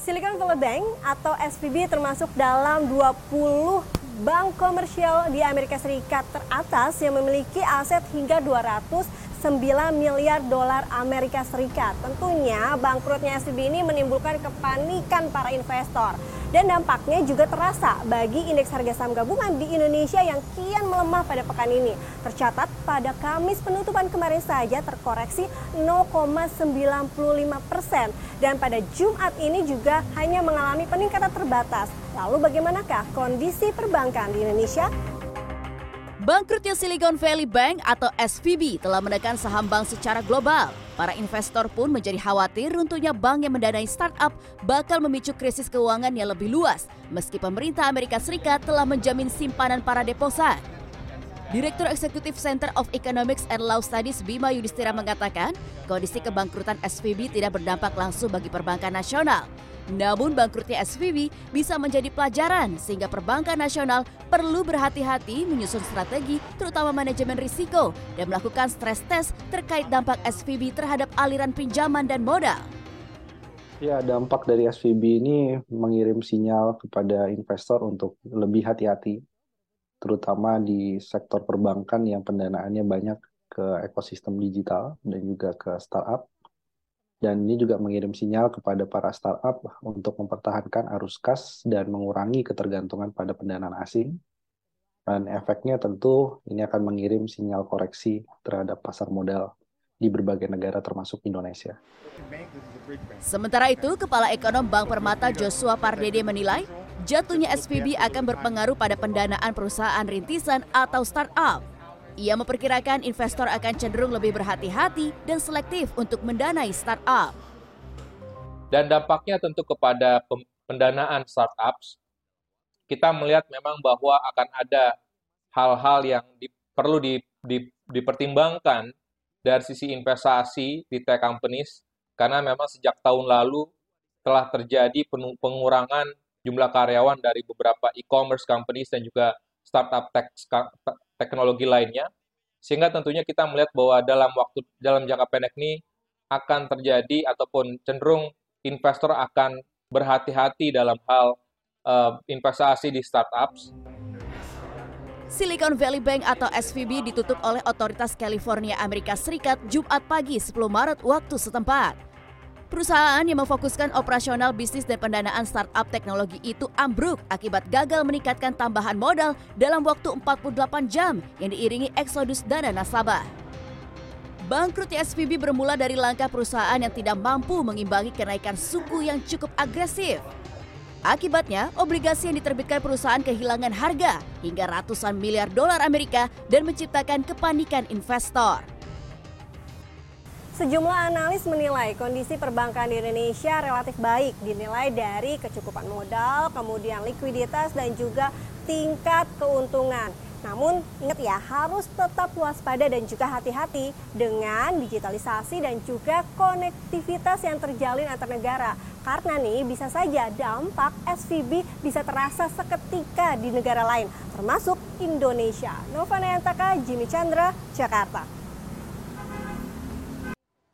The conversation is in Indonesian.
Silicon Valley Bank atau SVB termasuk dalam 20 bank komersial di Amerika Serikat teratas yang memiliki aset hingga 209 miliar dolar Amerika Serikat. Tentunya bangkrutnya SVB ini menimbulkan kepanikan para investor. Dan dampaknya juga terasa bagi indeks harga saham gabungan di Indonesia yang kian melemah pada pekan ini. Tercatat pada Kamis penutupan kemarin saja terkoreksi 0,95%. Dan pada Jumat ini juga hanya mengalami peningkatan terbatas. Lalu bagaimanakah kondisi perbankan di Indonesia? Bangkrutnya Silicon Valley Bank atau SVB telah menekan saham bank secara global. Para investor pun menjadi khawatir runtuhnya bank yang mendanai startup bakal memicu krisis keuangan yang lebih luas, meski pemerintah Amerika Serikat telah menjamin simpanan para deposan. Direktur Eksekutif Center of Economics and Law Studies Bima Yudhistira mengatakan, kondisi kebangkrutan SVB tidak berdampak langsung bagi perbankan nasional. Namun bangkrutnya SVB bisa menjadi pelajaran sehingga perbankan nasional perlu berhati-hati menyusun strategi terutama manajemen risiko dan melakukan stres tes terkait dampak SVB terhadap aliran pinjaman dan modal. Ya, dampak dari SVB ini mengirim sinyal kepada investor untuk lebih hati-hati, terutama di sektor perbankan yang pendanaannya banyak ke ekosistem digital dan juga ke startup. Dan ini juga mengirim sinyal kepada para startup untuk mempertahankan arus kas dan mengurangi ketergantungan pada pendanaan asing. Dan efeknya tentu ini akan mengirim sinyal koreksi terhadap pasar modal di berbagai negara termasuk Indonesia. Sementara itu, Kepala Ekonom Bank Permata Joshua Pardede menilai jatuhnya SVB akan berpengaruh pada pendanaan perusahaan rintisan atau startup. Ia memperkirakan investor akan cenderung lebih berhati-hati dan selektif untuk mendanai startup. Dan dampaknya tentu kepada pendanaan startups, kita melihat memang bahwa akan ada hal-hal yang perlu dipertimbangkan dari sisi investasi di tech companies, karena memang sejak tahun lalu telah terjadi pengurangan jumlah karyawan dari beberapa e-commerce companies dan juga startup teknologi lainnya, sehingga tentunya kita melihat bahwa dalam jangka pendek ini akan terjadi ataupun cenderung investor akan berhati-hati dalam hal investasi di startups. Silicon Valley Bank atau SVB ditutup oleh otoritas California, Amerika Serikat Jumat pagi 10 Maret waktu setempat. Perusahaan yang memfokuskan operasional bisnis dan pendanaan startup teknologi itu ambruk akibat gagal meningkatkan tambahan modal dalam waktu 48 jam yang diiringi eksodus dana nasabah. Bangkrutnya SVB bermula dari langkah perusahaan yang tidak mampu mengimbangi kenaikan suku yang cukup agresif. Akibatnya, obligasi yang diterbitkan perusahaan kehilangan harga hingga ratusan miliar dolar Amerika dan menciptakan kepanikan investor. Sejumlah analis menilai kondisi perbankan di Indonesia relatif baik, dinilai dari kecukupan modal, kemudian likuiditas dan juga tingkat keuntungan. Namun ingat ya, harus tetap waspada dan juga hati-hati dengan digitalisasi dan juga konektivitas yang terjalin antar negara. Karena nih bisa saja dampak SVB bisa terasa seketika di negara lain, termasuk Indonesia. Nova Nayantaka, Jimmy Chandra, Jakarta.